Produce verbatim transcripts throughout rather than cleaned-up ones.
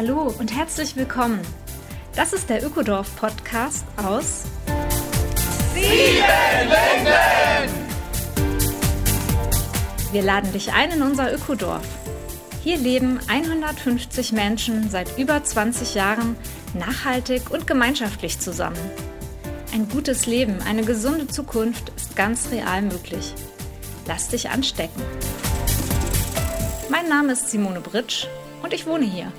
Hallo und herzlich willkommen. Das ist der Ökodorf-Podcast aus Sieben Linden! Wir laden dich ein in unser Ökodorf. Hier leben hundertfünfzig Menschen seit über zwanzig Jahren nachhaltig und gemeinschaftlich zusammen. Ein gutes Leben, eine gesunde Zukunft ist ganz real möglich. Lass dich anstecken. Mein Name ist Simone Britsch und ich wohne hier.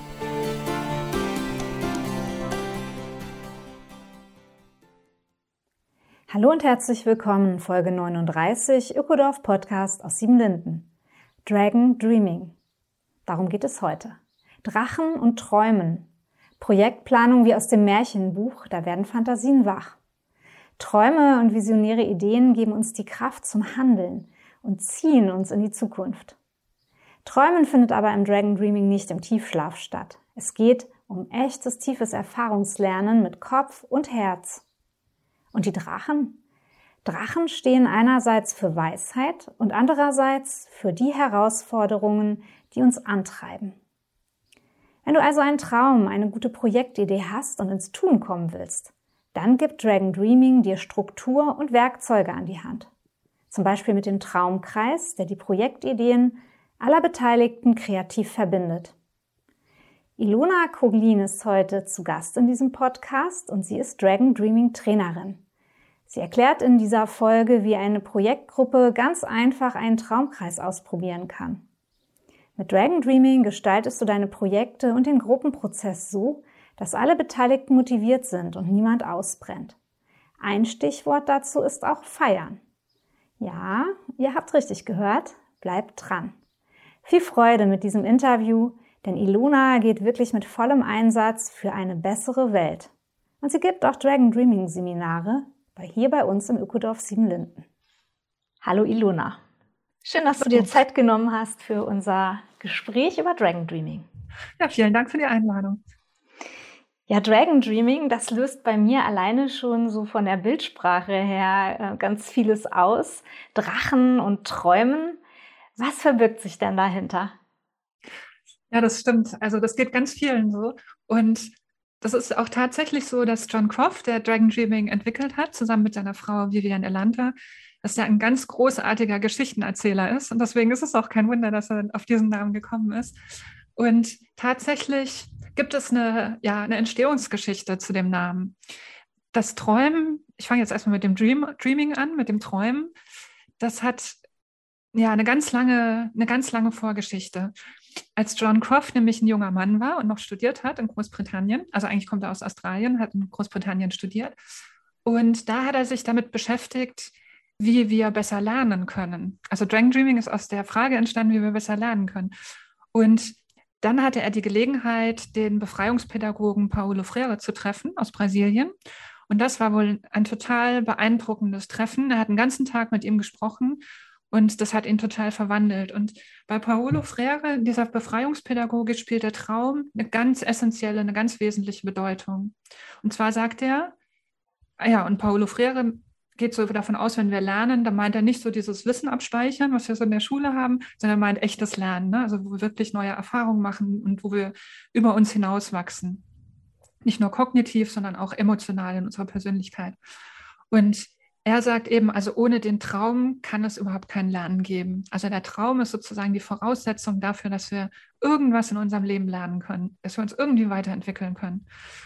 Hallo und herzlich willkommen, Folge neununddreißig, Ökodorf Podcast aus Sieben Linden. Dragon Dreaming. Darum geht es heute. Drachen und Träumen. Projektplanung wie aus dem Märchenbuch, da werden Fantasien wach. Träume und visionäre Ideen geben uns die Kraft zum Handeln und ziehen uns in die Zukunft. Träumen findet aber im Dragon Dreaming nicht im Tiefschlaf statt. Es geht um echtes, tiefes Erfahrungslernen mit Kopf und Herz. Und die Drachen? Drachen stehen einerseits für Weisheit und andererseits für die Herausforderungen, die uns antreiben. Wenn du also einen Traum, eine gute Projektidee hast und ins Tun kommen willst, dann gibt Dragon Dreaming dir Struktur und Werkzeuge an die Hand. Zum Beispiel mit dem Traumkreis, der die Projektideen aller Beteiligten kreativ verbindet. Ilona Koglin ist heute zu Gast in diesem Podcast und sie ist Dragon Dreaming Trainerin. Sie erklärt in dieser Folge, wie eine Projektgruppe ganz einfach einen Traumkreis ausprobieren kann. Mit Dragon Dreaming gestaltest du deine Projekte und den Gruppenprozess so, dass alle Beteiligten motiviert sind und niemand ausbrennt. Ein Stichwort dazu ist auch feiern. Ja, ihr habt richtig gehört, bleibt dran. Viel Freude mit diesem Interview, denn Ilona geht wirklich mit vollem Einsatz für eine bessere Welt. Und sie gibt auch Dragon Dreaming Seminare bei hier bei uns im Ökodorf Sieben Linden. Hallo Ilona. Schön, dass du dir Zeit genommen hast für unser Gespräch über Dragon Dreaming. Ja, vielen Dank für die Einladung. Ja, Dragon Dreaming, das löst bei mir alleine schon so von der Bildsprache her ganz vieles aus. Drachen und Träumen. Was verbirgt sich denn dahinter? Ja, das stimmt. Also das geht ganz vielen so. Und das ist auch tatsächlich so, dass John Croft, der Dragon Dreaming entwickelt hat, zusammen mit seiner Frau Vivian Elanta, dass er ein ganz großartiger Geschichtenerzähler ist. Und deswegen ist es auch kein Wunder, dass er auf diesen Namen gekommen ist. Und tatsächlich gibt es eine, ja, eine Entstehungsgeschichte zu dem Namen. Das Träumen, ich fange jetzt erstmal mit dem Dream, Dreaming an, mit dem Träumen, das hat ja eine ganz lange, eine ganz lange Vorgeschichte. Als John Croft nämlich ein junger Mann war und noch studiert hat in Großbritannien, also eigentlich kommt er aus Australien, hat in Großbritannien studiert, und da hat er sich damit beschäftigt, wie wir besser lernen können. Also Dragon Dreaming ist aus der Frage entstanden, wie wir besser lernen können. Und dann hatte er die Gelegenheit, den Befreiungspädagogen Paulo Freire zu treffen aus Brasilien. Und das war wohl ein total beeindruckendes Treffen. Er hat den ganzen Tag mit ihm gesprochen und das hat ihn total verwandelt. Und bei Paulo Freire, dieser Befreiungspädagoge, spielt der Traum eine ganz essentielle, eine ganz wesentliche Bedeutung. Und zwar sagt er, ja, und Paulo Freire geht so davon aus, wenn wir lernen, dann meint er nicht so dieses Wissen abspeichern, was wir so in der Schule haben, sondern er meint echtes Lernen, ne? Also wo wir wirklich neue Erfahrungen machen und wo wir über uns hinauswachsen. Nicht nur kognitiv, sondern auch emotional in unserer Persönlichkeit. Und er sagt eben, also ohne den Traum kann es überhaupt kein Lernen geben. Also der Traum ist sozusagen die Voraussetzung dafür, dass wir irgendwas in unserem Leben lernen können, dass wir uns irgendwie weiterentwickeln können.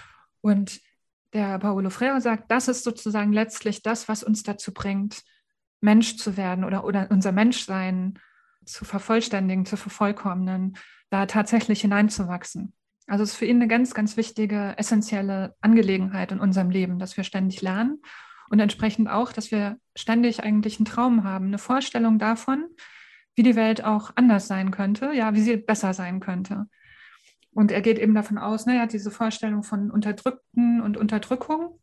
Und der Paulo Freire sagt, das ist sozusagen letztlich das, was uns dazu bringt, Mensch zu werden oder, oder unser Menschsein zu vervollständigen, zu vervollkommnen, da tatsächlich hineinzuwachsen. Also es ist für ihn eine ganz, ganz wichtige, essentielle Angelegenheit in unserem Leben, dass wir ständig lernen und entsprechend auch, dass wir ständig eigentlich einen Traum haben, eine Vorstellung davon, wie die Welt auch anders sein könnte, ja, wie sie besser sein könnte. Und er geht eben davon aus, ne, er hat diese Vorstellung von Unterdrückten und Unterdrückung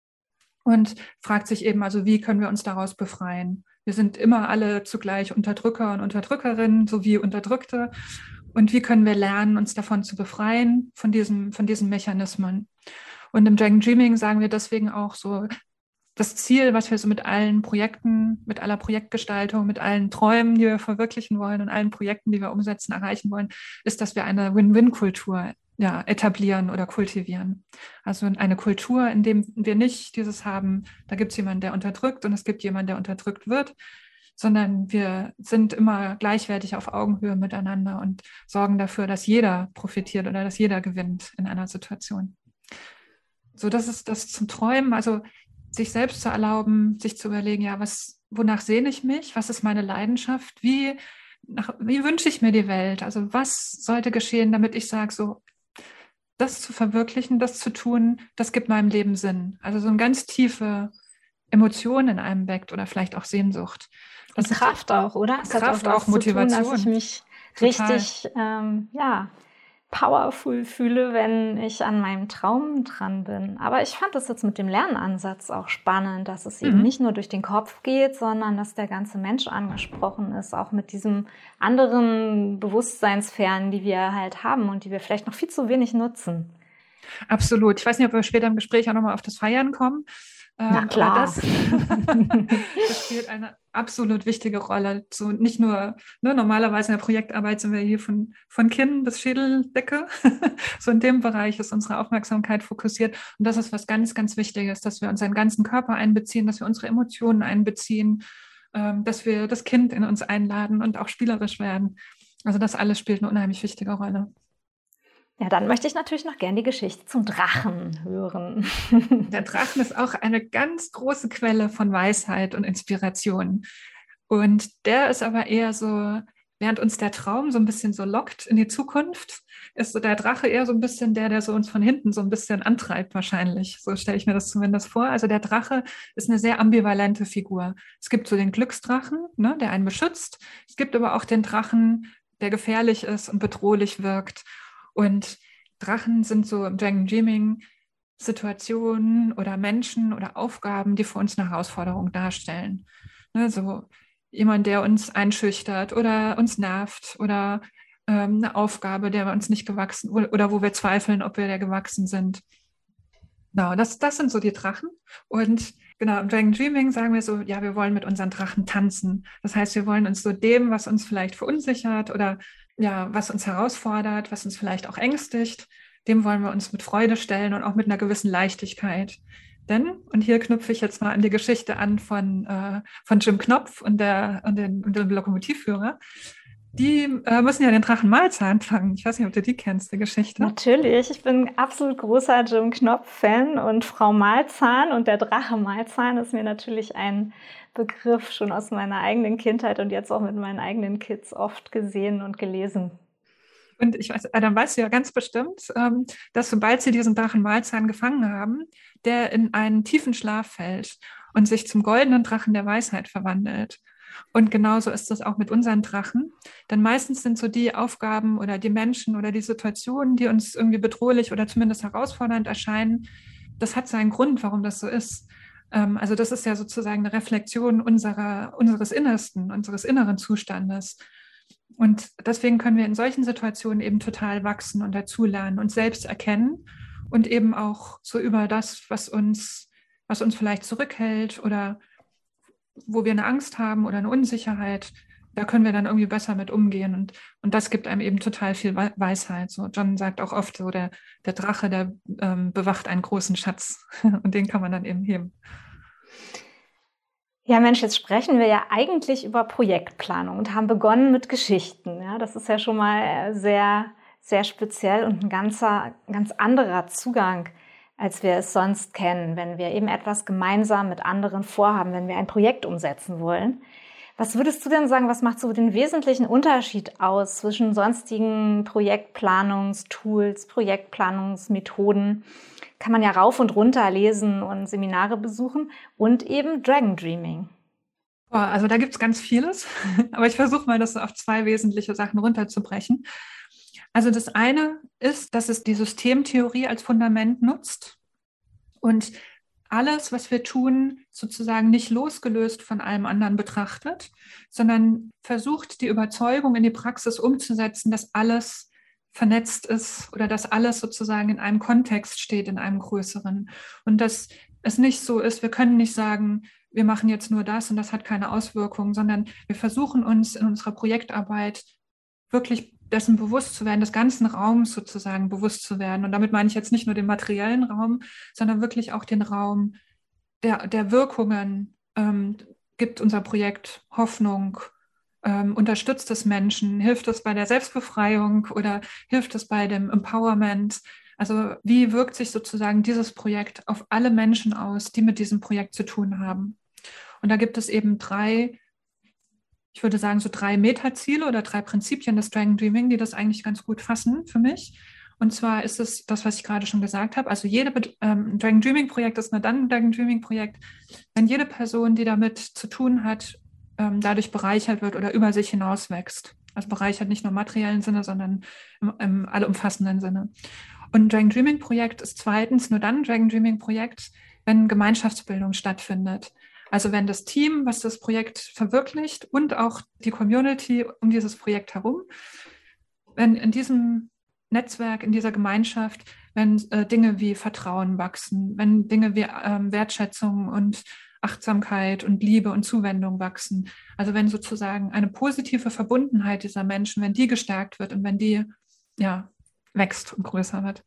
und fragt sich eben, also wie können wir uns daraus befreien? Wir sind immer alle zugleich Unterdrücker und Unterdrückerinnen sowie Unterdrückte. Und wie können wir lernen, uns davon zu befreien, von diesem, von diesen Mechanismen? Und im Dragon Dreaming sagen wir deswegen auch so, das Ziel, was wir so mit allen Projekten, mit aller Projektgestaltung, mit allen Träumen, die wir verwirklichen wollen und allen Projekten, die wir umsetzen, erreichen wollen, ist, dass wir eine Win-Win-Kultur ja, etablieren oder kultivieren. Also eine Kultur, in dem wir nicht dieses haben, da gibt es jemanden, der unterdrückt und es gibt jemanden, der unterdrückt wird, sondern wir sind immer gleichwertig auf Augenhöhe miteinander und sorgen dafür, dass jeder profitiert oder dass jeder gewinnt in einer Situation. So, das ist das zum Träumen, also sich selbst zu erlauben, sich zu überlegen, ja, was, wonach sehne ich mich? Was ist meine Leidenschaft? Wie, nach, wie wünsche ich mir die Welt? Also was sollte geschehen, damit ich sage, so, das zu verwirklichen, das zu tun, das gibt meinem Leben Sinn. Also so eine ganz tiefe Emotion in einem weckt oder vielleicht auch Sehnsucht. Das und Kraft auch, oder? Es Kraft, hat auch, auch Motivation. Tun, dass ich mich Total. richtig, ähm, ja, powerful fühle, wenn ich an meinem Traum dran bin. Aber ich fand das jetzt mit dem Lernansatz auch spannend, dass es mhm. eben nicht nur durch den Kopf geht, sondern dass der ganze Mensch angesprochen ist, auch mit diesen anderen Bewusstseinssphären, die wir halt haben und die wir vielleicht noch viel zu wenig nutzen. Absolut. Ich weiß nicht, ob wir später im Gespräch auch nochmal auf das Feiern kommen. Na klar. Aber das, das spielt eine absolut wichtige Rolle. So nicht nur, ne, normalerweise in der Projektarbeit sind wir hier von, von Kinn bis Schädeldecke. So in dem Bereich ist unsere Aufmerksamkeit fokussiert. Und das ist was ganz, ganz Wichtiges, dass wir unseren ganzen Körper einbeziehen, dass wir unsere Emotionen einbeziehen, ähm, dass wir das Kind in uns einladen und auch spielerisch werden. Also das alles spielt eine unheimlich wichtige Rolle. Ja, dann möchte ich natürlich noch gerne die Geschichte zum Drachen hören. Der Drachen ist auch eine ganz große Quelle von Weisheit und Inspiration. Und der ist aber eher so, während uns der Traum so ein bisschen so lockt in die Zukunft, ist so der Drache eher so ein bisschen der, der so uns von hinten so ein bisschen antreibt wahrscheinlich. So stelle ich mir das zumindest vor. Also der Drache ist eine sehr ambivalente Figur. Es gibt so den Glücksdrachen, ne, der einen beschützt. Es gibt aber auch den Drachen, der gefährlich ist und bedrohlich wirkt. Und Drachen sind so im Dragon Dreaming Situationen oder Menschen oder Aufgaben, die für uns eine Herausforderung darstellen. Ne, so jemand, der uns einschüchtert oder uns nervt oder ähm, eine Aufgabe, der wir uns nicht gewachsen oder wo wir zweifeln, ob wir der gewachsen sind. Genau, das, das sind so die Drachen. Und genau, im Dragon Dreaming sagen wir so, ja, wir wollen mit unseren Drachen tanzen. Das heißt, wir wollen uns so dem, was uns vielleicht verunsichert oder ja, was uns herausfordert, was uns vielleicht auch ängstigt, dem wollen wir uns mit Freude stellen und auch mit einer gewissen Leichtigkeit. Denn, und hier knüpfe ich jetzt mal an die Geschichte an von, äh, von Jim Knopf und, der, und, den, und dem Lokomotivführer, die äh, müssen ja den Drachen Malzahn fangen. Ich weiß nicht, ob du die kennst, die Geschichte. Natürlich, ich bin ein absolut großer Jim Knopf-Fan und Frau Malzahn und der Drache Malzahn ist mir natürlich ein Begriff schon aus meiner eigenen Kindheit und jetzt auch mit meinen eigenen Kids oft gesehen und gelesen. Und ich weiß, dann weißt du ja ganz bestimmt, dass sobald sie diesen Drachen Malzahn gefangen haben, der in einen tiefen Schlaf fällt und sich zum goldenen Drachen der Weisheit verwandelt. Und genauso ist das auch mit unseren Drachen. Denn meistens sind so die Aufgaben oder die Menschen oder die Situationen, die uns irgendwie bedrohlich oder zumindest herausfordernd erscheinen, das hat seinen Grund, warum das so ist. Also das ist ja sozusagen eine Reflexion unserer, unseres Innersten, unseres inneren Zustandes. Und deswegen können wir in solchen Situationen eben total wachsen und dazulernen und selbst erkennen und eben auch so über das, was uns, was uns vielleicht zurückhält oder wo wir eine Angst haben oder eine Unsicherheit, da können wir dann irgendwie besser mit umgehen. Und, und das gibt einem eben total viel Weisheit. So, John sagt auch oft so, der, der Drache, der ähm, bewacht einen großen Schatz und den kann man dann eben heben. Ja, Mensch, jetzt sprechen wir ja eigentlich über Projektplanung und haben begonnen mit Geschichten. Ja, das ist ja schon mal sehr, sehr speziell und ein ganzer, ganz anderer Zugang, als wir es sonst kennen, wenn wir eben etwas gemeinsam mit anderen vorhaben, wenn wir ein Projekt umsetzen wollen. Was würdest du denn sagen, was macht so den wesentlichen Unterschied aus zwischen sonstigen Projektplanungstools, Projektplanungsmethoden? Kann man ja rauf und runter lesen und Seminare besuchen und eben Dragon Dreaming. Boah, also da gibt es ganz vieles, aber ich versuche mal, das auf zwei wesentliche Sachen runterzubrechen. Also das eine ist, dass es die Systemtheorie als Fundament nutzt und alles, was wir tun, sozusagen nicht losgelöst von allem anderen betrachtet, sondern versucht, die Überzeugung in die Praxis umzusetzen, dass alles vernetzt ist oder dass alles sozusagen in einem Kontext steht, in einem größeren. Und dass es nicht so ist, wir können nicht sagen, wir machen jetzt nur das und das hat keine Auswirkungen, sondern wir versuchen uns in unserer Projektarbeit wirklich dessen bewusst zu werden, des ganzen Raums sozusagen bewusst zu werden. Und damit meine ich jetzt nicht nur den materiellen Raum, sondern wirklich auch den Raum der, der Wirkungen. Ähm, gibt unser Projekt Hoffnung? Ähm, unterstützt es Menschen? Hilft es bei der Selbstbefreiung oder hilft es bei dem Empowerment? Also wie wirkt sich sozusagen dieses Projekt auf alle Menschen aus, die mit diesem Projekt zu tun haben? Und da gibt es eben drei, ich würde sagen, so drei Metaziele oder drei Prinzipien des Dragon Dreaming, die das eigentlich ganz gut fassen für mich. Und zwar ist es das, was ich gerade schon gesagt habe. Also jede ähm, Dragon Dreaming Projekt ist nur dann ein Dragon Dreaming Projekt, wenn jede Person, die damit zu tun hat, ähm, dadurch bereichert wird oder über sich hinaus wächst. Also bereichert nicht nur im materiellen Sinne, sondern im, im allumfassenden Sinne. Und ein Dragon Dreaming Projekt ist zweitens nur dann ein Dragon Dreaming Projekt, wenn Gemeinschaftsbildung stattfindet. Also wenn das Team, was das Projekt verwirklicht und auch die Community um dieses Projekt herum, wenn in diesem Netzwerk, in dieser Gemeinschaft, wenn äh, Dinge wie Vertrauen wachsen, wenn Dinge wie ähm, Wertschätzung und Achtsamkeit und Liebe und Zuwendung wachsen. Also wenn sozusagen eine positive Verbundenheit dieser Menschen, wenn die gestärkt wird und wenn die ja, wächst und größer wird.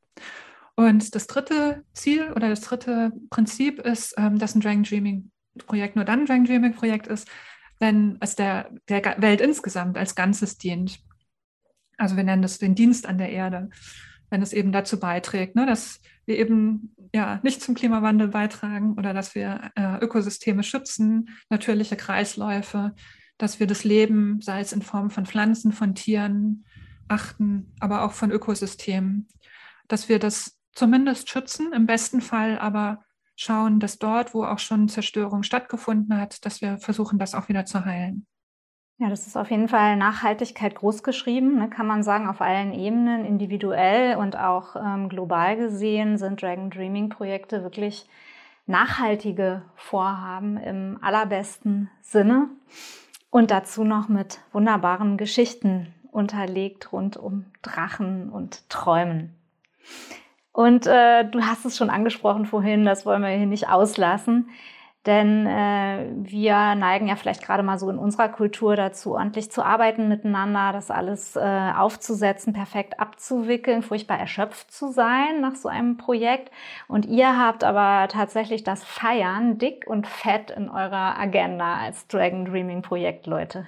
Und das dritte Ziel oder das dritte Prinzip ist, ähm, dass ein Dragon Dreaming Projekt nur dann ein Dragon Dreaming Projekt ist, wenn es der, der Welt insgesamt als Ganzes dient. Also wir nennen das den Dienst an der Erde, wenn es eben dazu beiträgt, ne, dass wir eben ja nicht zum Klimawandel beitragen oder dass wir äh, Ökosysteme schützen, natürliche Kreisläufe, dass wir das Leben, sei es in Form von Pflanzen, von Tieren, achten, aber auch von Ökosystemen, dass wir das zumindest schützen, im besten Fall aber schauen, dass dort, wo auch schon Zerstörung stattgefunden hat, dass wir versuchen, das auch wieder zu heilen. Ja, das ist auf jeden Fall Nachhaltigkeit großgeschrieben, ne, kann man sagen, auf allen Ebenen, individuell und auch ähm, global gesehen sind Dragon Dreaming Projekte wirklich nachhaltige Vorhaben im allerbesten Sinne und dazu noch mit wunderbaren Geschichten unterlegt rund um Drachen und Träumen. Und äh, du hast es schon angesprochen vorhin, das wollen wir hier nicht auslassen. Denn äh, wir neigen ja vielleicht gerade mal so in unserer Kultur dazu, ordentlich zu arbeiten miteinander, das alles äh, aufzusetzen, perfekt abzuwickeln, furchtbar erschöpft zu sein nach so einem Projekt. Und ihr habt aber tatsächlich das Feiern dick und fett in eurer Agenda als Dragon Dreaming Projekt, Leute.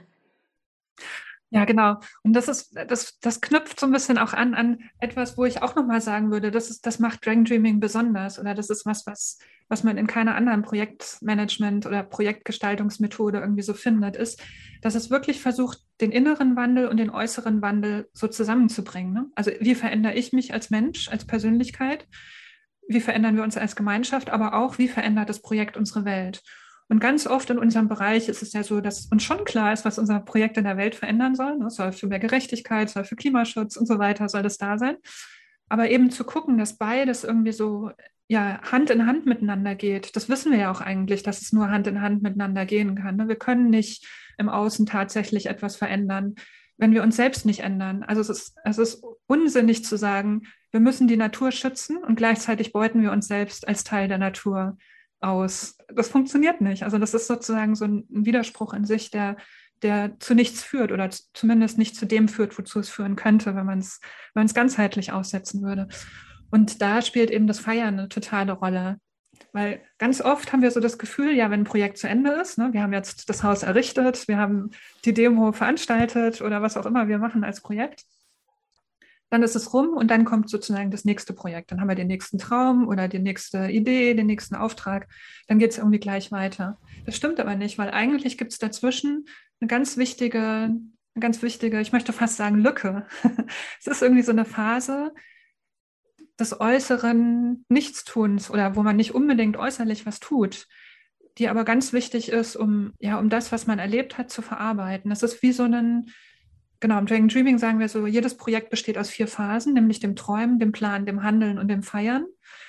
Ja, genau. Und das ist, das, das knüpft so ein bisschen auch an, an etwas, wo ich auch nochmal sagen würde, das ist, das macht Dragon Dreaming besonders oder das ist was, was, was man in keiner anderen Projektmanagement oder Projektgestaltungsmethode irgendwie so findet, ist, dass es wirklich versucht, den inneren Wandel und den äußeren Wandel so zusammenzubringen. Ne? Also wie verändere ich mich als Mensch, als Persönlichkeit? Wie verändern wir uns als Gemeinschaft? Aber auch, wie verändert das Projekt unsere Welt? Und ganz oft in unserem Bereich ist es ja so, dass uns schon klar ist, was unser Projekt in der Welt verändern soll. Es soll für mehr Gerechtigkeit, soll für Klimaschutz und so weiter, soll das da sein. Aber eben zu gucken, dass beides irgendwie so ja, Hand in Hand miteinander geht, das wissen wir ja auch eigentlich, dass es nur Hand in Hand miteinander gehen kann. Wir können nicht im Außen tatsächlich etwas verändern, wenn wir uns selbst nicht ändern. Also es ist, es ist unsinnig zu sagen, wir müssen die Natur schützen und gleichzeitig beuten wir uns selbst als Teil der Natur aus. Das funktioniert nicht. Also das ist sozusagen so ein Widerspruch in sich, der, der zu nichts führt oder zumindest nicht zu dem führt, wozu es führen könnte, wenn man es wenn man es ganzheitlich aussetzen würde. Und da spielt eben das Feiern eine totale Rolle. Weil ganz oft haben wir so das Gefühl, ja, wenn ein Projekt zu Ende ist, ne, wir haben jetzt das Haus errichtet, wir haben die Demo veranstaltet oder was auch immer wir machen als Projekt, dann ist es rum und dann kommt sozusagen das nächste Projekt. Dann haben wir den nächsten Traum oder die nächste Idee, den nächsten Auftrag. Dann geht es irgendwie gleich weiter. Das stimmt aber nicht, weil eigentlich gibt es dazwischen eine ganz wichtige, eine ganz wichtige, ich möchte fast sagen, Lücke. Es ist irgendwie so eine Phase des äußeren Nichtstuns oder wo man nicht unbedingt äußerlich was tut, die aber ganz wichtig ist, um, ja, um das, was man erlebt hat, zu verarbeiten. Das ist wie so ein Genau, im Dragon Dreaming sagen wir so, jedes Projekt besteht aus vier Phasen, nämlich dem Träumen, dem Planen, dem Handeln und dem Feiern.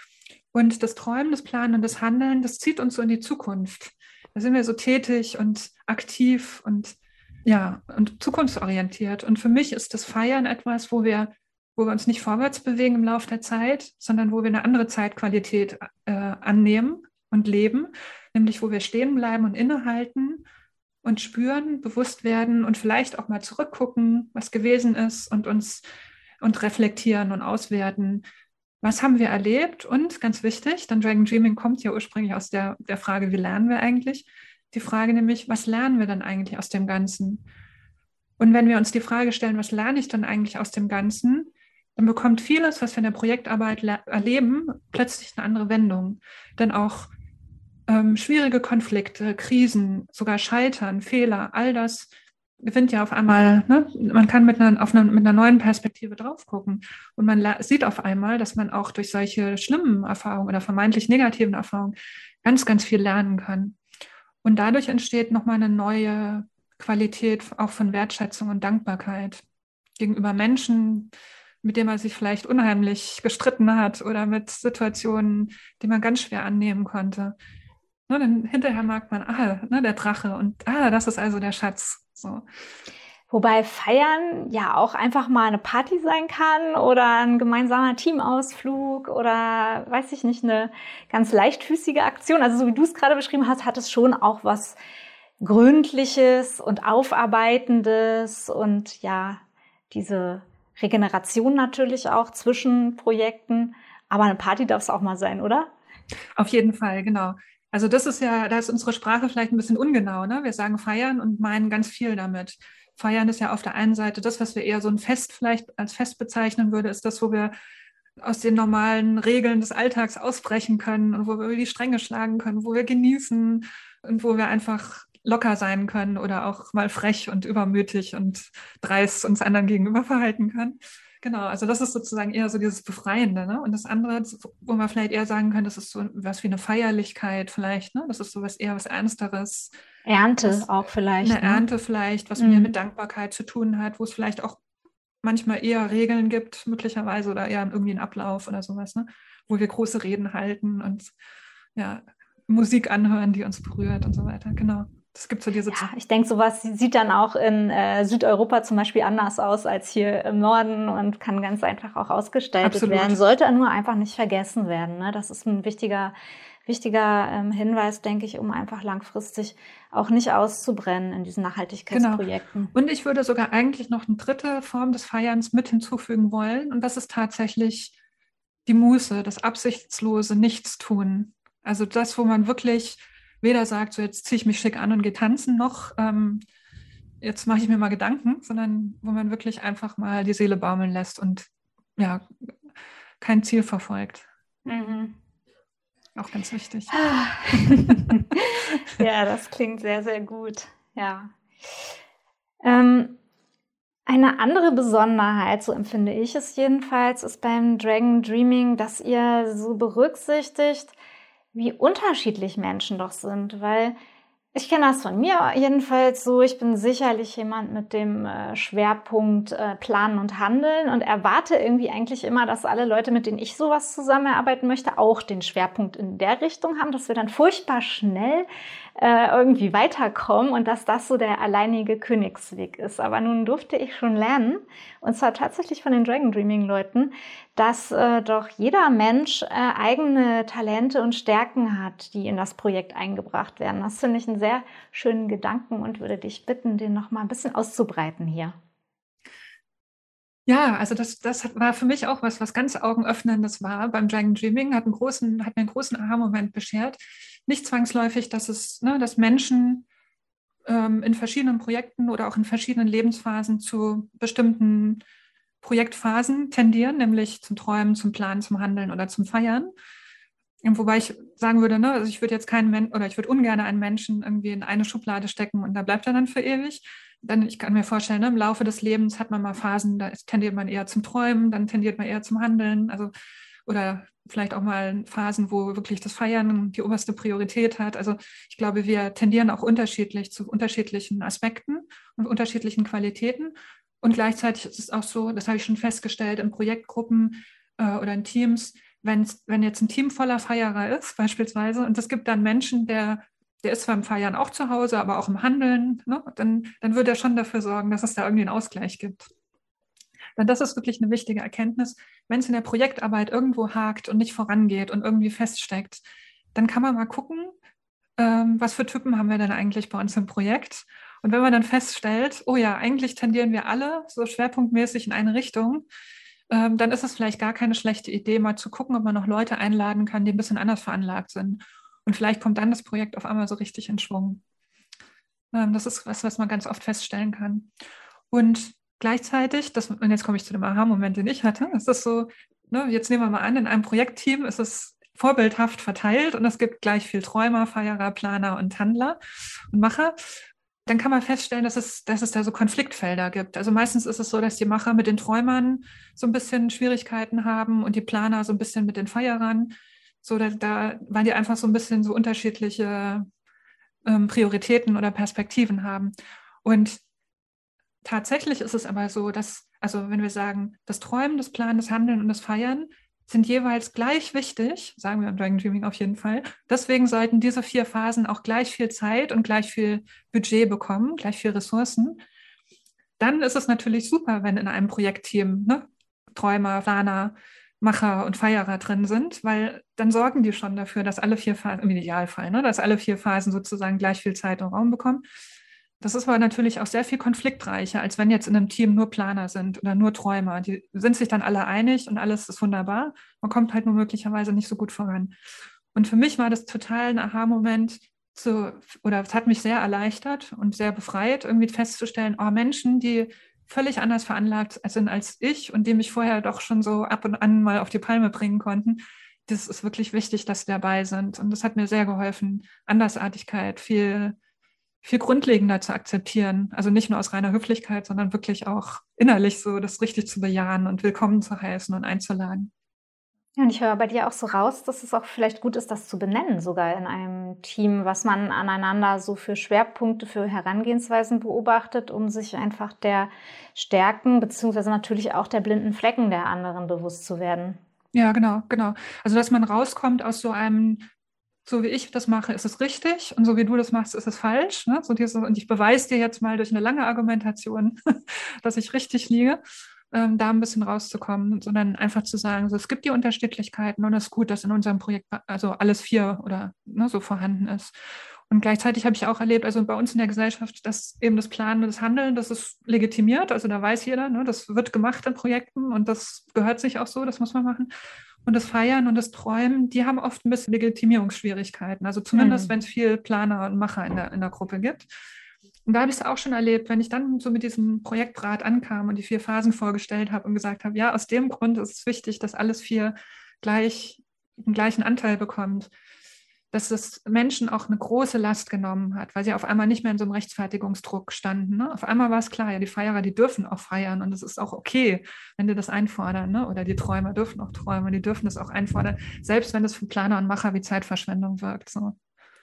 Und das Träumen, das Planen und das Handeln, das zieht uns so in die Zukunft. Da sind wir so tätig und aktiv und, ja, und zukunftsorientiert. Und für mich ist das Feiern etwas, wo wir, wo wir uns nicht vorwärts bewegen im Laufe der Zeit, sondern wo wir eine andere Zeitqualität äh, annehmen und leben, nämlich wo wir stehen bleiben und innehalten und spüren, bewusst werden und vielleicht auch mal zurückgucken, was gewesen ist und uns und reflektieren und auswerten. Was haben wir erlebt? Und ganz wichtig, dann Dragon Dreaming kommt ja ursprünglich aus der, der Frage, wie lernen wir eigentlich? Die Frage nämlich, was lernen wir dann eigentlich aus dem Ganzen? Und wenn wir uns die Frage stellen, was lerne ich dann eigentlich aus dem Ganzen, dann bekommt vieles, was wir in der Projektarbeit erleben, plötzlich eine andere Wendung. Denn auch ähm, schwierige Konflikte, Krisen, sogar Scheitern, Fehler, all das gewinnt ja auf einmal, ne? Man kann mit einer, auf eine, mit einer neuen Perspektive drauf gucken. Und man sieht auf einmal, dass man auch durch solche schlimmen Erfahrungen oder vermeintlich negativen Erfahrungen ganz, ganz viel lernen kann. Und dadurch entsteht nochmal eine neue Qualität auch von Wertschätzung und Dankbarkeit gegenüber Menschen, mit denen man sich vielleicht unheimlich gestritten hat oder mit Situationen, die man ganz schwer annehmen konnte. Ne, dann hinterher merkt man, ah, ne, der Drache und ah, das ist also der Schatz. So. Wobei Feiern ja auch einfach mal eine Party sein kann oder ein gemeinsamer Teamausflug oder, weiß ich nicht, eine ganz leichtfüßige Aktion. Also so wie du es gerade beschrieben hast, hat es schon auch was Gründliches und Aufarbeitendes und ja, diese Regeneration natürlich auch zwischen Projekten. Aber eine Party darf es auch mal sein, oder? Auf jeden Fall, genau. Also das ist ja, da ist unsere Sprache vielleicht ein bisschen ungenau, ne? Wir sagen feiern und meinen ganz viel damit. Feiern ist ja auf der einen Seite das, was wir eher so ein Fest vielleicht als Fest bezeichnen würde, ist das, wo wir aus den normalen Regeln des Alltags ausbrechen können und wo wir die Stränge schlagen können, wo wir genießen und wo wir einfach locker sein können oder auch mal frech und übermütig und dreist uns anderen gegenüber verhalten können. Genau, also das ist sozusagen eher so dieses Befreiende, ne? Und das andere, wo man vielleicht eher sagen kann, das ist so was wie eine Feierlichkeit vielleicht, ne? Das ist so was eher was Ernsteres. Ernte was, auch vielleicht. Eine ne? Ernte vielleicht, was mhm. mehr mit Dankbarkeit zu tun hat, wo es vielleicht auch manchmal eher Regeln gibt, möglicherweise, oder eher irgendwie einen Ablauf oder sowas, ne? Wo wir große Reden halten und ja, Musik anhören, die uns berührt und so weiter. Genau. Es gibt so diese ja, ich denke, sowas sieht dann auch in äh, Südeuropa zum Beispiel anders aus als hier im Norden und kann ganz einfach auch ausgestaltet Absolut. werden. Sollte nur einfach nicht vergessen werden. Ne? Das ist ein wichtiger, wichtiger ähm, Hinweis, denke ich, um einfach langfristig auch nicht auszubrennen in diesen Nachhaltigkeitsprojekten. Genau. Und ich würde sogar eigentlich noch eine dritte Form des Feierns mit hinzufügen wollen. Und das ist tatsächlich die Muße, das absichtslose Nichtstun. Also das, wo man wirklich weder sagt, so jetzt ziehe ich mich schick an und gehe tanzen, noch ähm, jetzt mache ich mir mal Gedanken, sondern wo man wirklich einfach mal die Seele baumeln lässt und ja, kein Ziel verfolgt. Mhm. Auch ganz wichtig. Ja, das klingt sehr, sehr gut. Ja. Ähm, eine andere Besonderheit, so empfinde ich es jedenfalls, ist beim Dragon Dreaming, dass ihr so berücksichtigt, wie unterschiedlich Menschen doch sind, weil ich kenne das von mir jedenfalls so. Ich bin sicherlich jemand mit dem äh, Schwerpunkt äh, Planen und Handeln und erwarte irgendwie eigentlich immer, dass alle Leute, mit denen ich sowas zusammenarbeiten möchte, auch den Schwerpunkt in der Richtung haben, dass wir dann furchtbar schnell äh, irgendwie weiterkommen und dass das so der alleinige Königsweg ist. Aber nun durfte ich schon lernen, und zwar tatsächlich von den Dragon Dreaming Leuten, dass äh, doch jeder Mensch äh, eigene Talente und Stärken hat, die in das Projekt eingebracht werden. Das finde ich einen sehr schönen Gedanken und würde dich bitten, den noch mal ein bisschen auszubreiten hier. Ja, also das, das war für mich auch was, was ganz Augenöffnendes war beim Dragon Dreaming, hat, einen großen, hat mir einen großen Aha-Moment beschert. Nicht zwangsläufig, dass es, ne, dass Menschen ähm, in verschiedenen Projekten oder auch in verschiedenen Lebensphasen zu bestimmten Projektphasen tendieren, nämlich zum Träumen, zum Planen, zum Handeln oder zum Feiern. Wobei ich sagen würde, ne, also ich würde jetzt keinen Menschen oder ich würde ungern einen Menschen irgendwie in eine Schublade stecken und da bleibt er dann für ewig. Dann, ich kann mir vorstellen, ne, im Laufe des Lebens hat man mal Phasen, da tendiert man eher zum Träumen, dann tendiert man eher zum Handeln, also oder vielleicht auch mal Phasen, wo wirklich das Feiern die oberste Priorität hat. Also ich glaube, wir tendieren auch unterschiedlich zu unterschiedlichen Aspekten und unterschiedlichen Qualitäten. Und gleichzeitig ist es auch so, das habe ich schon festgestellt, in Projektgruppen äh, oder in Teams, wenn, wenn jetzt ein Team voller Feierer ist beispielsweise und es gibt dann Menschen, der, der ist zwar im Feiern auch zu Hause, aber auch im Handeln, ne, dann, dann wird er schon dafür sorgen, dass es da irgendwie einen Ausgleich gibt. Denn das ist wirklich eine wichtige Erkenntnis. Wenn es in der Projektarbeit irgendwo hakt und nicht vorangeht und irgendwie feststeckt, dann kann man mal gucken, ähm, was für Typen haben wir denn eigentlich bei uns im Projekt? Und wenn man dann feststellt, oh ja, eigentlich tendieren wir alle so schwerpunktmäßig in eine Richtung, ähm, dann ist es vielleicht gar keine schlechte Idee, mal zu gucken, ob man noch Leute einladen kann, die ein bisschen anders veranlagt sind. Und vielleicht kommt dann das Projekt auf einmal so richtig in Schwung. Ähm, das ist was, was man ganz oft feststellen kann. Und gleichzeitig, das, und jetzt komme ich zu dem Aha-Moment, den ich hatte, es ist so, ne, jetzt nehmen wir mal an, in einem Projektteam ist es vorbildhaft verteilt und es gibt gleich viel Träumer, Feierer, Planer und Handler und Macher. Dann kann man feststellen, dass es, dass es da so Konfliktfelder gibt. Also meistens ist es so, dass die Macher mit den Träumern so ein bisschen Schwierigkeiten haben und die Planer so ein bisschen mit den Feierern. So, da, da weil die einfach so ein bisschen so unterschiedliche ähm, Prioritäten oder Perspektiven haben. Und tatsächlich ist es aber so, dass, also wenn wir sagen, das Träumen, das Planen, das Handeln und das Feiern sind jeweils gleich wichtig, sagen wir im Dragon Dreaming auf jeden Fall. Deswegen sollten diese vier Phasen auch gleich viel Zeit und gleich viel Budget bekommen, gleich viel Ressourcen. Dann ist es natürlich super, wenn in einem Projektteam ne, Träumer, Planer, Macher und Feierer drin sind, weil dann sorgen die schon dafür, dass alle vier Phasen, im Idealfall, ne, dass alle vier Phasen sozusagen gleich viel Zeit und Raum bekommen. Das ist aber natürlich auch sehr viel konfliktreicher, als wenn jetzt in einem Team nur Planer sind oder nur Träumer. Die sind sich dann alle einig und alles ist wunderbar. Man kommt halt nur möglicherweise nicht so gut voran. Und für mich war das total ein Aha-Moment, zu, oder es hat mich sehr erleichtert und sehr befreit, irgendwie festzustellen, oh, Menschen, die völlig anders veranlagt sind als ich und die mich vorher doch schon so ab und an mal auf die Palme bringen konnten, das ist wirklich wichtig, dass sie dabei sind. Und das hat mir sehr geholfen, Andersartigkeit viel viel grundlegender zu akzeptieren. Also nicht nur aus reiner Höflichkeit, sondern wirklich auch innerlich so das richtig zu bejahen und willkommen zu heißen und einzuladen. Ja, und ich höre bei dir auch so raus, dass es auch vielleicht gut ist, das zu benennen, sogar in einem Team, was man aneinander so für Schwerpunkte, für Herangehensweisen beobachtet, um sich einfach der Stärken beziehungsweise natürlich auch der blinden Flecken der anderen bewusst zu werden. Ja, genau, genau. Also dass man rauskommt aus so einem, so wie ich das mache, ist es richtig und so wie du das machst, ist es falsch. Ne? So dieses, und ich beweise dir jetzt mal durch eine lange Argumentation, dass ich richtig liege, ähm, da ein bisschen rauszukommen, sondern einfach zu sagen, so, es gibt die Unterschiedlichkeiten und es ist gut, dass in unserem Projekt also alles vier oder ne, so vorhanden ist. Und gleichzeitig habe ich auch erlebt, also bei uns in der Gesellschaft, dass eben das Planen und das Handeln, das ist legitimiert, also da weiß jeder, ne, das wird gemacht in Projekten und das gehört sich auch so, das muss man machen. Und das Feiern und das Träumen, die haben oft ein bisschen Legitimierungsschwierigkeiten. Also zumindest, mhm. wenn es viel Planer und Macher in der, in der Gruppe gibt. Und da habe ich es auch schon erlebt, wenn ich dann so mit diesem Projektrat ankam und die vier Phasen vorgestellt habe und gesagt habe, ja, aus dem Grund ist es wichtig, dass alles vier gleich den gleichen Anteil bekommt, dass es Menschen auch eine große Last genommen hat, weil sie auf einmal nicht mehr in so einem Rechtfertigungsdruck standen. Ne? Auf einmal war es klar, ja, die Feierer, die dürfen auch feiern und es ist auch okay, wenn die das einfordern. Ne? Oder die Träumer dürfen auch träumen, die dürfen das auch einfordern, selbst wenn es für Planer und Macher wie Zeitverschwendung wirkt. So.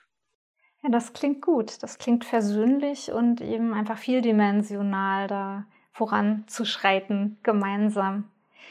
Ja, das klingt gut. Das klingt versöhnlich und eben einfach vieldimensional da voranzuschreiten, gemeinsam.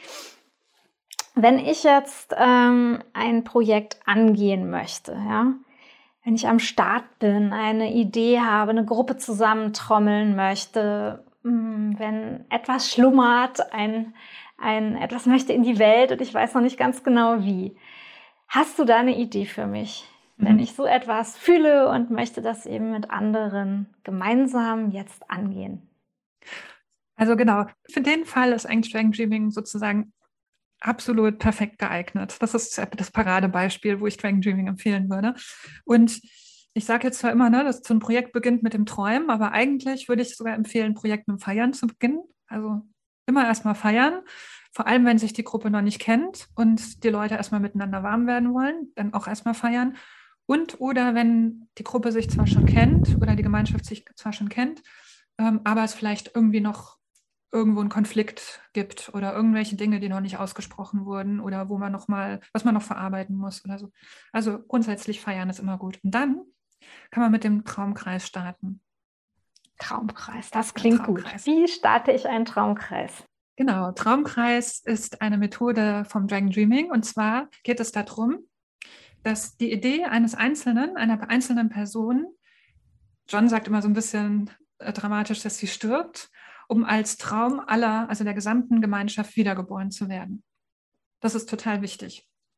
Wenn ich jetzt ähm, ein Projekt angehen möchte, ja, wenn ich am Start bin, eine Idee habe, eine Gruppe zusammentrommeln möchte, wenn etwas schlummert, ein, ein, etwas möchte in die Welt und ich weiß noch nicht ganz genau wie. Hast du da eine Idee für mich, mhm. wenn ich so etwas fühle und möchte das eben mit anderen gemeinsam jetzt angehen? Also genau, für den Fall ist eigentlich Dragon Dreaming sozusagen absolut perfekt geeignet. Das ist das Paradebeispiel, wo ich Dragon Dreaming empfehlen würde. Und ich sage jetzt zwar immer, ne, dass so ein Projekt beginnt mit dem Träumen, aber eigentlich würde ich sogar empfehlen, ein Projekt mit dem Feiern zu beginnen. Also immer erstmal feiern, vor allem wenn sich die Gruppe noch nicht kennt und die Leute erstmal miteinander warm werden wollen, dann auch erstmal feiern. Und oder wenn die Gruppe sich zwar schon kennt oder die Gemeinschaft sich zwar schon kennt, ähm, aber es vielleicht irgendwie noch irgendwo einen Konflikt gibt oder irgendwelche Dinge, die noch nicht ausgesprochen wurden oder wo man noch mal, was man noch verarbeiten muss oder so. Also grundsätzlich feiern ist immer gut. Und dann kann man mit dem Traumkreis starten. Traumkreis, das klingt Traumkreis. Gut. Wie starte ich einen Traumkreis? Genau, Traumkreis ist eine Methode vom Dragon Dreaming und zwar geht es darum, dass die Idee eines Einzelnen, einer einzelnen Person, John sagt immer so ein bisschen äh, dramatisch, dass sie stirbt, um als Traum aller, also der gesamten Gemeinschaft wiedergeboren zu werden. Das ist total wichtig.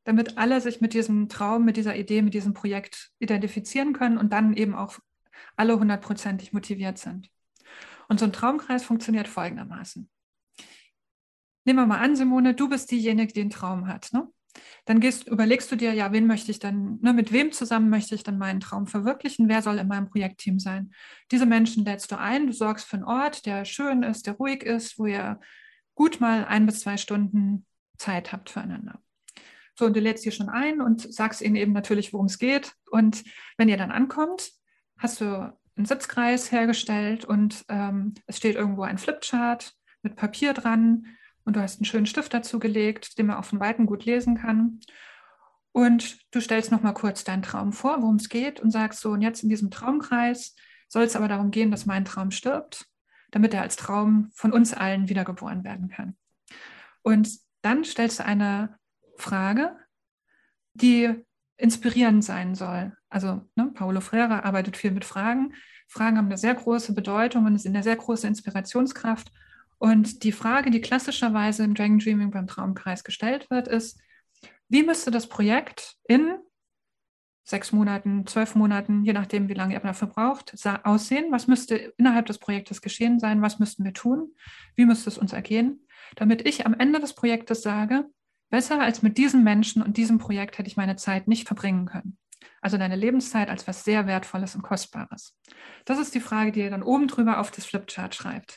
damit alle sich mit diesem Traum, mit dieser Idee, mit diesem Projekt identifizieren können und dann eben auch alle hundertprozentig motiviert sind. Und so ein Traumkreis funktioniert folgendermaßen. Nehmen wir mal an, Simone, du bist diejenige, die einen Traum hat. Ne? Dann gehst, überlegst du dir, ja, wen möchte ich dann, ne, mit wem zusammen möchte ich dann meinen Traum verwirklichen? Wer soll in meinem Projektteam sein? Diese Menschen lädst du ein, du sorgst für einen Ort, der schön ist, der ruhig ist, wo ihr gut mal ein bis zwei Stunden Zeit habt füreinander. So, und du lädst die schon ein und sagst ihnen eben natürlich, worum es geht. Und wenn ihr dann ankommt, hast du einen Sitzkreis hergestellt und ähm, es steht irgendwo ein Flipchart mit Papier dran und du hast einen schönen Stift dazu gelegt, den man auch von Weitem gut lesen kann. Und du stellst nochmal kurz deinen Traum vor, worum es geht und sagst so, und jetzt in diesem Traumkreis soll es aber darum gehen, dass mein Traum stirbt, damit er als Traum von uns allen wiedergeboren werden kann. Und dann stellst du eine Frage, die inspirierend sein soll. Also ne, Paulo Freire arbeitet viel mit Fragen. Fragen haben eine sehr große Bedeutung und sind eine sehr große Inspirationskraft. Und die Frage, die klassischerweise im Dragon Dreaming beim Traumkreis gestellt wird, ist, wie müsste das Projekt in sechs Monaten, zwölf Monaten, je nachdem, wie lange ihr dafür braucht, aussehen? Was müsste innerhalb des Projektes geschehen sein? Was müssten wir tun? Wie müsste es uns ergehen? Damit ich am Ende des Projektes sage, besser als mit diesem Menschen und diesem Projekt hätte ich meine Zeit nicht verbringen können. Also deine Lebenszeit als was sehr Wertvolles und Kostbares. Das ist die Frage, die ihr dann oben drüber auf das Flipchart schreibt.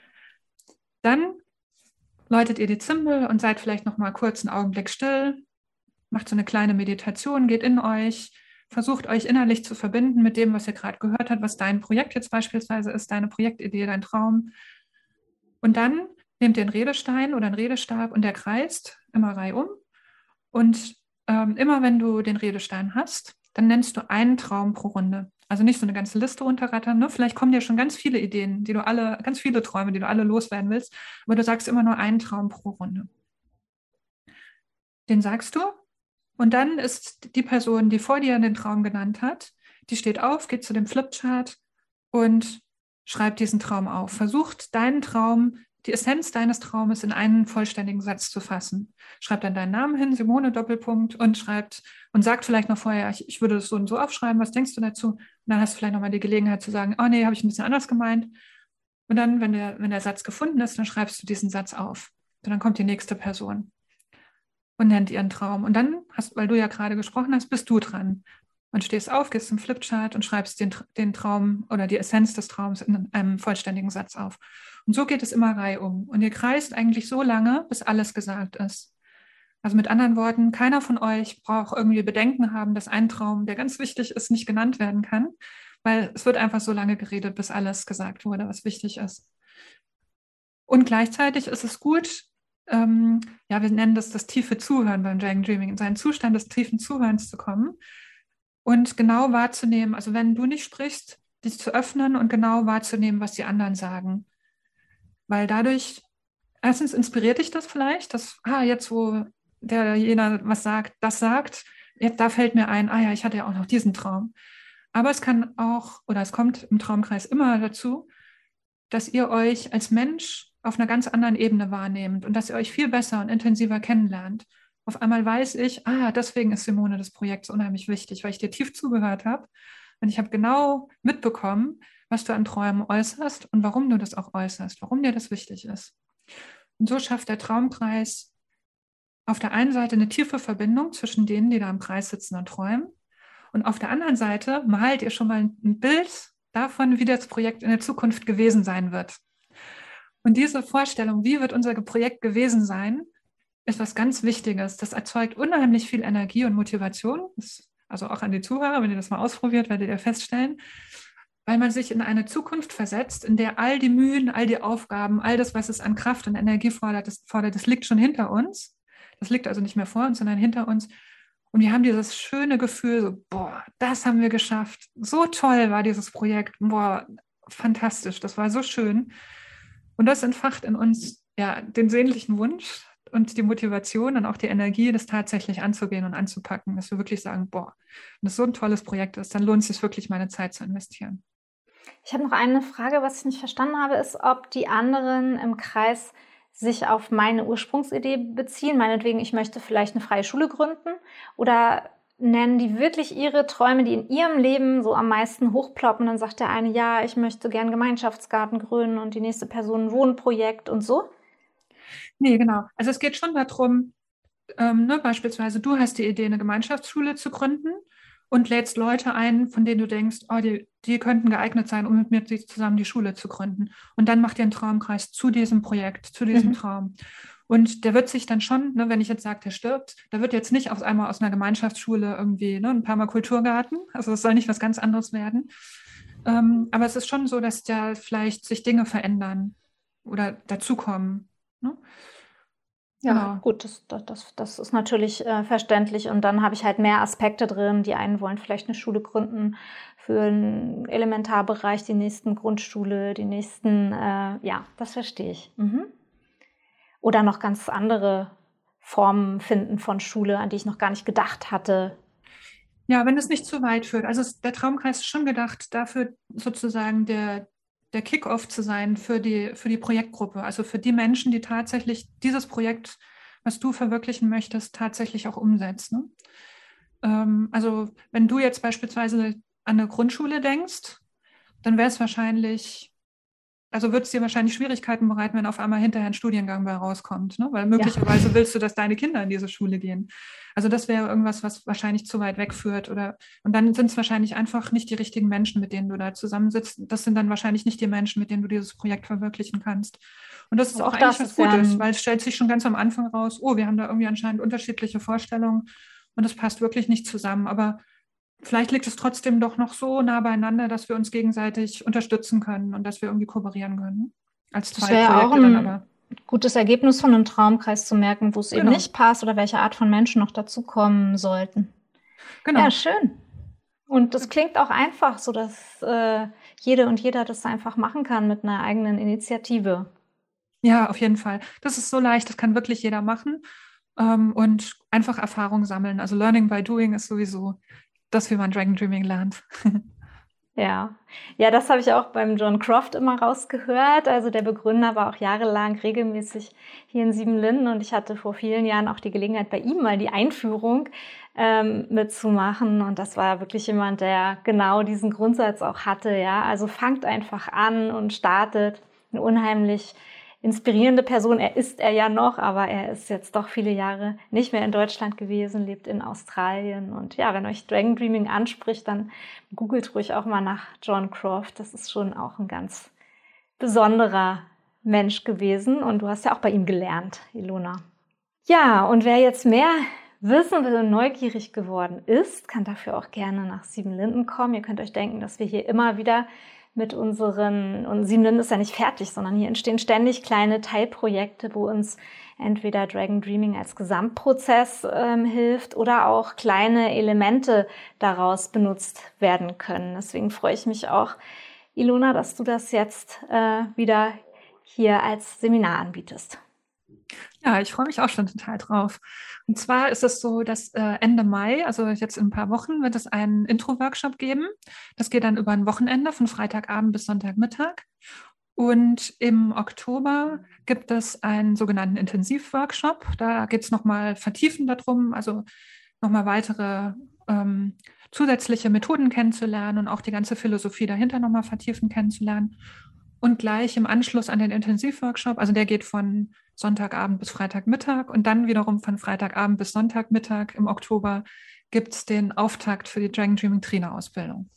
Dann läutet ihr die Zimbel und seid vielleicht noch mal kurz einen Augenblick still, macht so eine kleine Meditation, geht in euch, versucht euch innerlich zu verbinden mit dem, was ihr gerade gehört habt, was dein Projekt jetzt beispielsweise ist, deine Projektidee, dein Traum. Und dann nehmt ihr einen Redestein oder einen Redestab und der kreist immer reihum. Und ähm, immer wenn du den Redestein hast, dann nennst du einen Traum pro Runde. Also nicht so eine ganze Liste runterrattern. Ne? Vielleicht kommen dir schon ganz viele Ideen, die du alle, ganz viele Träume, die du alle loswerden willst. Aber du sagst immer nur einen Traum pro Runde. Den sagst du. Und dann ist die Person, die vor dir den Traum genannt hat, die steht auf, geht zu dem Flipchart und schreibt diesen Traum auf. Versucht deinen Traum, die Essenz deines Traumes in einen vollständigen Satz zu fassen. Schreibt dann deinen Namen hin, Simone Doppelpunkt, und schreibt und sagt vielleicht noch vorher, ich, ich würde das so und so aufschreiben, was denkst du dazu? Und dann hast du vielleicht nochmal die Gelegenheit zu sagen, oh nee, habe ich ein bisschen anders gemeint. Und dann, wenn der, wenn der Satz gefunden ist, dann schreibst du diesen Satz auf. Und dann kommt die nächste Person und nennt ihren Traum. Und dann, hast, weil du ja gerade gesprochen hast, bist du dran. Und stehst auf, gehst zum Flipchart und schreibst den, den Traum oder die Essenz des Traums in einem vollständigen Satz auf. Und so geht es immer reihum. Und ihr kreist eigentlich so lange, bis alles gesagt ist. Also mit anderen Worten, keiner von euch braucht irgendwie Bedenken haben, dass ein Traum, der ganz wichtig ist, nicht genannt werden kann, weil es wird einfach so lange geredet, bis alles gesagt wurde, was wichtig ist. Und gleichzeitig ist es gut, ähm, ja, wir nennen das das tiefe Zuhören beim Dragon Dreaming, in seinen Zustand des tiefen Zuhörens zu kommen und genau wahrzunehmen, also wenn du nicht sprichst, dich zu öffnen und genau wahrzunehmen, was die anderen sagen. Weil dadurch, erstens inspiriert dich das vielleicht, dass, ah, jetzt wo der jener was sagt, das sagt, jetzt, da fällt mir ein, ah ja, ich hatte ja auch noch diesen Traum. Aber es kann auch, oder es kommt im Traumkreis immer dazu, dass ihr euch als Mensch auf einer ganz anderen Ebene wahrnehmt und dass ihr euch viel besser und intensiver kennenlernt. Auf einmal weiß ich, ah, deswegen ist Simone das Projekt so unheimlich wichtig, weil ich dir tief zugehört habe und ich habe genau mitbekommen, was du an Träumen äußerst und warum du das auch äußerst, warum dir das wichtig ist. Und so schafft der Traumkreis auf der einen Seite eine tiefe Verbindung zwischen denen, die da im Kreis sitzen und träumen. Und auf der anderen Seite malt ihr schon mal ein Bild davon, wie das Projekt in der Zukunft gewesen sein wird. Und diese Vorstellung, wie wird unser Projekt gewesen sein, ist was ganz Wichtiges. Das erzeugt unheimlich viel Energie und Motivation. Das, also auch an die Zuhörer, wenn ihr das mal ausprobiert, werdet ihr feststellen, weil man sich in eine Zukunft versetzt, in der all die Mühen, all die Aufgaben, all das, was es an Kraft und Energie fordert, das, fordert, das liegt schon hinter uns. Das liegt also nicht mehr vor uns, sondern hinter uns. Und wir haben dieses schöne Gefühl, so, boah, das haben wir geschafft. So toll war dieses Projekt. Boah, fantastisch, das war so schön. Und das entfacht in uns ja den sehnlichen Wunsch und die Motivation und auch die Energie, das tatsächlich anzugehen und anzupacken, dass wir wirklich sagen, boah, wenn das so ein tolles Projekt ist, dann lohnt es sich wirklich, meine Zeit zu investieren. Ich habe noch eine Frage, was ich nicht verstanden habe, ist, ob die anderen im Kreis sich auf meine Ursprungsidee beziehen, meinetwegen, ich möchte vielleicht eine freie Schule gründen, oder nennen die wirklich ihre Träume, die in ihrem Leben so am meisten hochploppen? Dann sagt der eine, ja, ich möchte gern Gemeinschaftsgarten gründen, und die nächste Person ein Wohnprojekt und so. Nee, genau. Also es geht schon darum, ähm, ne, beispielsweise du hast die Idee, eine Gemeinschaftsschule zu gründen und lädst Leute ein, von denen du denkst, oh, die, die könnten geeignet sein, um mit mir zusammen die Schule zu gründen. Und dann macht ihr einen Traumkreis zu diesem Projekt, zu diesem Mhm. Traum. Und der wird sich dann schon, ne, wenn ich jetzt sage, der stirbt, da wird jetzt nicht auf einmal aus einer Gemeinschaftsschule irgendwie ne, ein Permakulturgarten. Also es soll nicht was ganz anderes werden. Ähm, aber es ist schon so, dass da vielleicht sich Dinge verändern oder dazukommen. Ne? Ja, Genau. gut, das, das, das ist natürlich äh, verständlich. Und dann habe ich halt mehr Aspekte drin. Die einen wollen vielleicht eine Schule gründen für einen Elementarbereich, die nächsten Grundschule, die nächsten, äh, ja, das verstehe ich. Mhm. Oder noch ganz andere Formen finden von Schule, an die ich noch gar nicht gedacht hatte. Ja, wenn es nicht zu weit führt. Also es, der Traumkreis ist schon gedacht, dafür sozusagen der, der Kick-off zu sein für die, für die Projektgruppe. Also für die Menschen, die tatsächlich dieses Projekt, was du verwirklichen möchtest, tatsächlich auch umsetzen. Ne? Ähm, also wenn du jetzt beispielsweise an eine Grundschule denkst, dann wäre es wahrscheinlich, also wird es dir wahrscheinlich Schwierigkeiten bereiten, wenn auf einmal hinterher ein Studiengang bei rauskommt, ne? Weil möglicherweise ja. willst du, dass deine Kinder in diese Schule gehen. Also das wäre irgendwas, was wahrscheinlich zu weit wegführt. Oder, und dann sind es wahrscheinlich einfach nicht die richtigen Menschen, mit denen du da zusammensitzt. Das sind dann wahrscheinlich nicht die Menschen, mit denen du dieses Projekt verwirklichen kannst. Und das ist auch, auch eigentlich was Gutes, ja, weil es stellt sich schon ganz am Anfang raus, oh, wir haben da irgendwie anscheinend unterschiedliche Vorstellungen und das passt wirklich nicht zusammen. Aber vielleicht liegt es trotzdem doch noch so nah beieinander, dass wir uns gegenseitig unterstützen können und dass wir irgendwie kooperieren können. Als zwei das Projekte auch ein dann aber. Gutes Ergebnis von einem Traumkreis zu merken, wo es genau. eben nicht passt oder welche Art von Menschen noch dazukommen sollten. Genau. Ja, schön. Und das klingt auch einfach, so dass äh, jede und jeder das einfach machen kann mit einer eigenen Initiative. Ja, auf jeden Fall. Das ist so leicht, das kann wirklich jeder machen. Ähm, und einfach Erfahrung sammeln. Also Learning by Doing ist sowieso das, wie man Dragon Dreaming lernt. Ja, ja, das habe ich auch beim John Croft immer rausgehört. Also der Begründer war auch jahrelang regelmäßig hier in Siebenlinden, und ich hatte vor vielen Jahren auch die Gelegenheit, bei ihm mal die Einführung ähm, mitzumachen. Und das war wirklich jemand, der genau diesen Grundsatz auch hatte. Ja, also fangt einfach an und startet. Eine unheimlich inspirierende Person. Er ist er ja noch, aber er ist jetzt doch viele Jahre nicht mehr in Deutschland gewesen, lebt in Australien. Und ja, wenn euch Dragon Dreaming anspricht, dann googelt ruhig auch mal nach John Croft. Das ist schon auch ein ganz besonderer Mensch gewesen. Und du hast ja auch bei ihm gelernt, Ilona. Ja, und wer jetzt mehr wissen will und neugierig geworden ist, kann dafür auch gerne nach Siebenlinden kommen. Ihr könnt euch denken, dass wir hier immer wieder mit unseren, und Siebenlinden ist ja nicht fertig, sondern hier entstehen ständig kleine Teilprojekte, wo uns entweder Dragon Dreaming als Gesamtprozess ähm, hilft oder auch kleine Elemente daraus benutzt werden können. Deswegen freue ich mich auch, Ilona, dass du das jetzt äh, wieder hier als Seminar anbietest. Ja, ich freue mich auch schon total drauf. Und zwar ist es so, dass äh, Ende Mai, also jetzt in ein paar Wochen, wird es einen Intro-Workshop geben. Das geht dann über ein Wochenende von Freitagabend bis Sonntagmittag. Und im Oktober gibt es einen sogenannten Intensivworkshop. Da geht es nochmal vertiefend darum, also nochmal weitere ähm, zusätzliche Methoden kennenzulernen und auch die ganze Philosophie dahinter nochmal vertiefend kennenzulernen. Und gleich im Anschluss an den Intensivworkshop, also der geht von Sonntagabend bis Freitagmittag und dann wiederum von Freitagabend bis Sonntagmittag im Oktober gibt es den Auftakt für die Dragon Dreaming Trainerausbildung.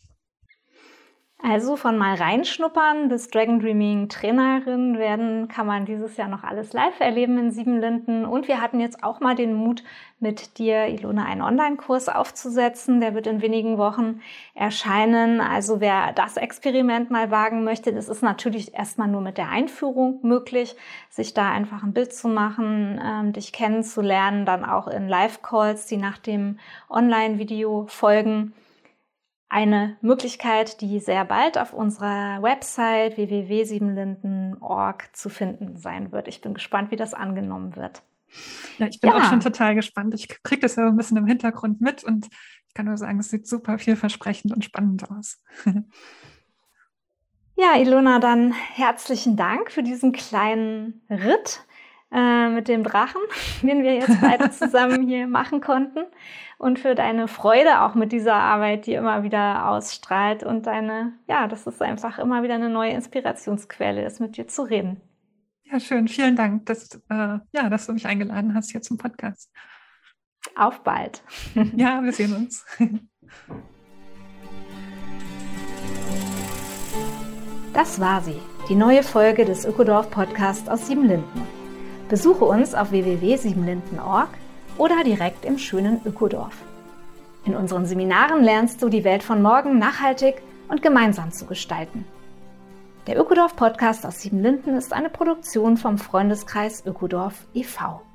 Also von mal reinschnuppern bis Dragon Dreaming Trainerin werden, kann man dieses Jahr noch alles live erleben in Siebenlinden. Und wir hatten jetzt auch mal den Mut, mit dir, Ilona, einen Online-Kurs aufzusetzen. Der wird in wenigen Wochen erscheinen. Also wer das Experiment mal wagen möchte, das ist natürlich erstmal nur mit der Einführung möglich, sich da einfach ein Bild zu machen, ähm, dich kennenzulernen, dann auch in Live-Calls, die nach dem Online-Video folgen. Eine Möglichkeit, die sehr bald auf unserer Website w w w punkt siebenlinden punkt org zu finden sein wird. Ich bin gespannt, wie das angenommen wird. Ja, ich bin ja. auch schon total gespannt. Ich kriege das ja ein bisschen im Hintergrund mit und ich kann nur sagen, es sieht super vielversprechend und spannend aus. Ja, Ilona, dann herzlichen Dank für diesen kleinen Ritt äh, mit dem Drachen, den wir jetzt beide zusammen hier machen konnten. Und für deine Freude auch mit dieser Arbeit, die immer wieder ausstrahlt. Und deine, ja, das ist einfach immer wieder eine neue Inspirationsquelle ist, mit dir zu reden. Ja, schön. Vielen Dank, dass, äh, ja, dass du mich eingeladen hast hier zum Podcast. Auf bald. Ja, wir sehen uns. Das war sie, die neue Folge des Ökodorf-Podcasts aus Siebenlinden. Besuche uns auf w w w punkt siebenlinden punkt org oder direkt im schönen Ökodorf. In unseren Seminaren lernst du, die Welt von morgen nachhaltig und gemeinsam zu gestalten. Der Ökodorf-Podcast aus Siebenlinden ist eine Produktion vom Freundeskreis Ökodorf e V